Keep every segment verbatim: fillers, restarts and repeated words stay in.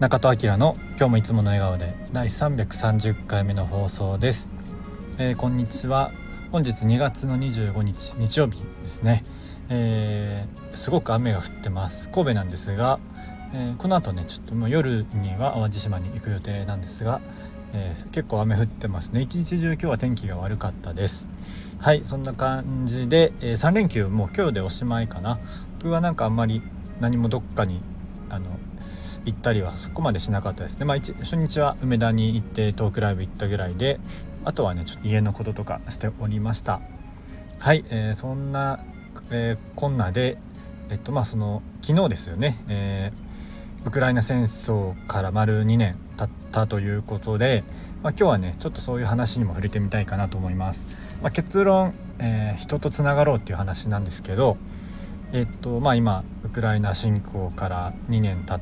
中戸明の今日もいつもの笑顔でだいさんびゃくさんじゅっかいめの放送です。えー、こんにちは。本日にがつのにじゅうごにち日曜日ですね。えー、すごく雨が降ってます。神戸なんですが、えー、この後ねちょっともう夜には淡路島に行く予定なんですが、えー、結構雨降ってますね。一日中今日は天気が悪かったです。はい、そんな感じで、えー、さん連休もう今日でおしまいかな。僕はなんかあんまり何もどっかにあの行ったりはそこまでしなかったですね。まあ一初日は梅田に行ってトークライブ行ったぐらいで、あとはねちょっと家のこととかしておりました。はい、えー、そんな、えー、こんなでえっとまあその昨日ですよね、えー、ウクライナ戦争から丸にねん経ったということで、まあ、今日はねちょっとそういう話にも触れてみたいかなと思います。まあ、結論、えー、人とつながろうっていう話なんですけど、えっとまあ、今ウクライナ侵攻からにねん経って、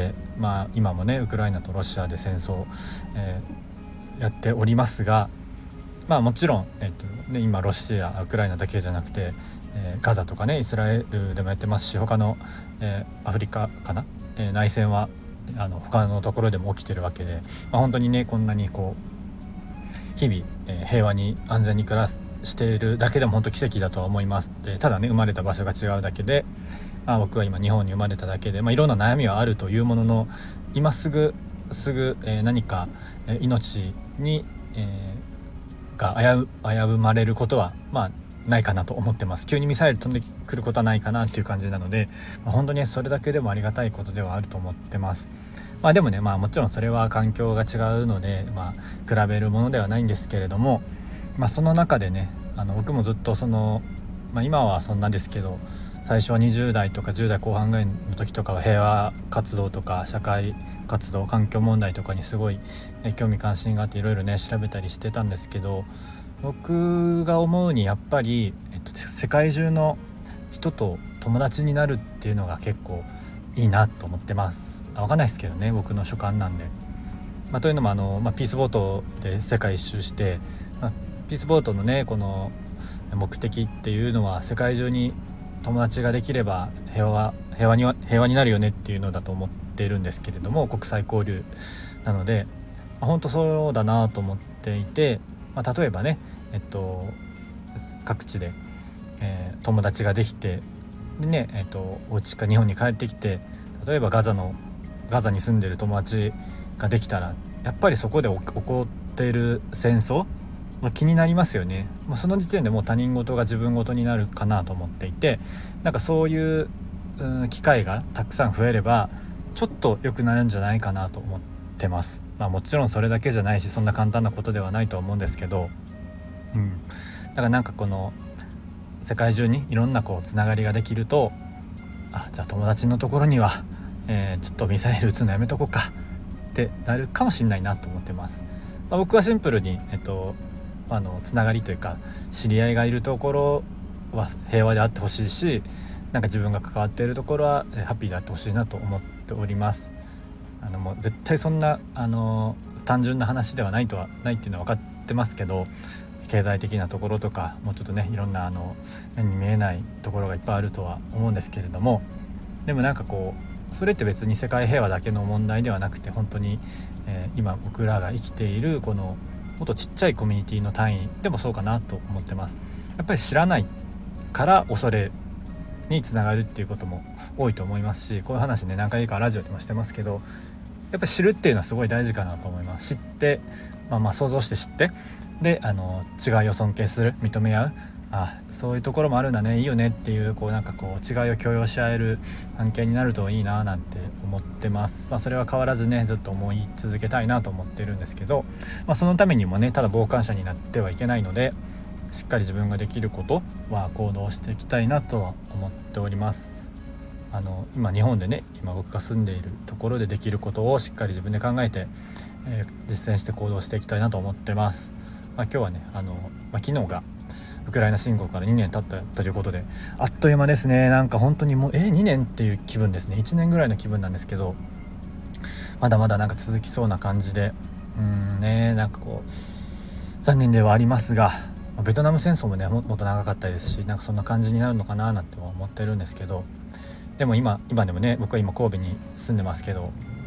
まあ、今もねウクライナとロシアで戦争、えー、やっておりますが、まあ、もちろん、えっとね、今ロシアウクライナだけじゃなくて、えー、ガザとかねイスラエルでもやってますし、他の、えー、アフリカかな、えー、内戦はあの他のところでも起きてるわけで、まあ、本当にねこんなにこう日々、えー、平和に安全に暮らすしているだけでも本当奇跡だとは思います。でただね生まれた場所が違うだけで、まあ、僕は今日本に生まれただけで、まあ、いろんな悩みはあるというものの、今すぐすぐ、えー、何か、えー、命に、えー、が危う、危ぶまれることはまあないかなと思ってます。急にミサイル飛んでくることはないかなっていう感じなので、まあ、本当に、ね、それだけでもありがたいことではあると思ってます。まあでもね、まあもちろんそれは環境が違うので、まあ比べるものではないんですけれども、まあ、その中でねあの僕もずっとその、まあ、今はそんなですけど最初はにじゅうだいとかじゅうだいこう半ぐらいの時とかは平和活動とか社会活動環境問題とかにすごい興味関心があっていろいろね調べたりしてたんですけど、僕が思うにやっぱり、えっと、世界中の人と友達になるっていうのが結構いいなと思ってます。分かんないですけどね、僕の所感なんで。まあ、というのもあの、まあ、ピースボートで世界一周して、まあピースボートのねこの目的っていうのは世界中に友達ができれば平和平和には平和になるよねっていうのだと思っているんですけれども、国際交流なので、まあ、本当そうだなと思っていて、まあ、例えばねえっと各地で、えー、友達ができてでねえっとお家か日本に帰ってきて、例えばガザのガザに住んでる友達ができたらやっぱりそこで起こっている戦争まあ、気になりますよね。まあ、その時点でもう他人事が自分事になるかなと思っていて、なんかそういう、うん、機会がたくさん増えればちょっと良くなるんじゃないかなと思ってます。まあ、もちろんそれだけじゃないしそんな簡単なことではないと思うんですけど、うん、だからなんかこの世界中にいろんなこうつながりができると、あじゃあ友達のところには、えー、ちょっとミサイル撃つのやめとこうかってなるかもしれないなと思ってます。まあ、僕はシンプルにえっとあのつながりというか知り合いがいるところは平和であってほしいし、なんか自分が関わっているところはハッピーであってほしいなと思っております。あのもう絶対そんなあの単純な話ではないとはないっていうのは分かってますけど、経済的なところとかもうちょっとねいろんなあの目に見えないところがいっぱいあるとは思うんですけれども、でもなんかこうそれって別に世界平和だけの問題ではなくて、本当に、えー、今僕らが生きているこのもっとちっちゃいコミュニティの単位でもそうかなと思ってます。やっぱり知らないから恐れにつながるっていうことも多いと思いますし、こういう話ね何回かラジオでもしてますけど、やっぱり知るっていうのはすごい大事かなと思います。知って、まあ、まあ想像して知ってであの違いを尊敬する、認め合う、あそういうところもあるんだねいいよねっていう、こうなんかこう違いを許容し合える関係になるといいななんて思ってます。まあ、それは変わらずねずっと思い続けたいなと思ってるんですけど、まあ、そのためにもねただ傍観者になってはいけないので、しっかり自分ができることは行動していきたいなとは思っております。あの今日本でね今僕が住んでいるところでできることをしっかり自分で考えて、えー、実践して行動していきたいなと思ってます。まあ、今日はねあの、まあ、昨日がウクライナ侵攻からにねん経ったということで、あっという間ですね。なんか本当にもうえにねんっていう気分ですね。いちねんぐらいの気分なんですけど、まだまだなんか続きそうな感じで、うーんねなんかこう残念ではありますが、ベトナム戦争もねもっと長かったですし、なんかそんな感じになるのかななんて思ってるんですけど、でも今今でもね僕は今神戸に住んでますけど、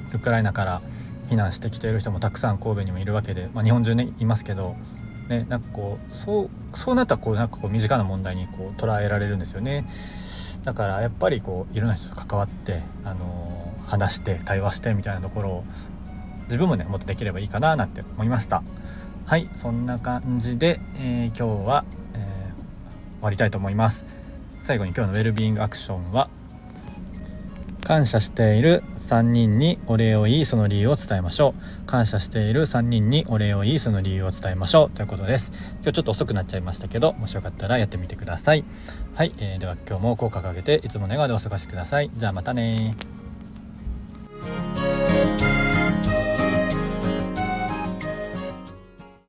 ウクライナから避難してきている人もたくさん神戸にもいるわけで、まあ、日本中にいますけど、ね、なんかこうそうそうなったらこうなんかこう身近な問題にこう捉えられるんですよね。だからやっぱりこういろんな人と関わって、あのー、話して対話してみたいなところを自分もねもっとできればいいかななんて思いました。はい、そんな感じで、えー、今日は、えー、終わりたいと思います。最後に今日のウェルビーイングアクションは、感謝しているさんにんにお礼を言いその理由を伝えましょう。感謝しているさんにんにお礼を言いその理由を伝えましょうということです。今日ちょっと遅くなっちゃいましたけど、もしよかったらやってみてください。はい、えー、では今日も口角上げていつもの笑顔でお過ごしください。じゃあまたね。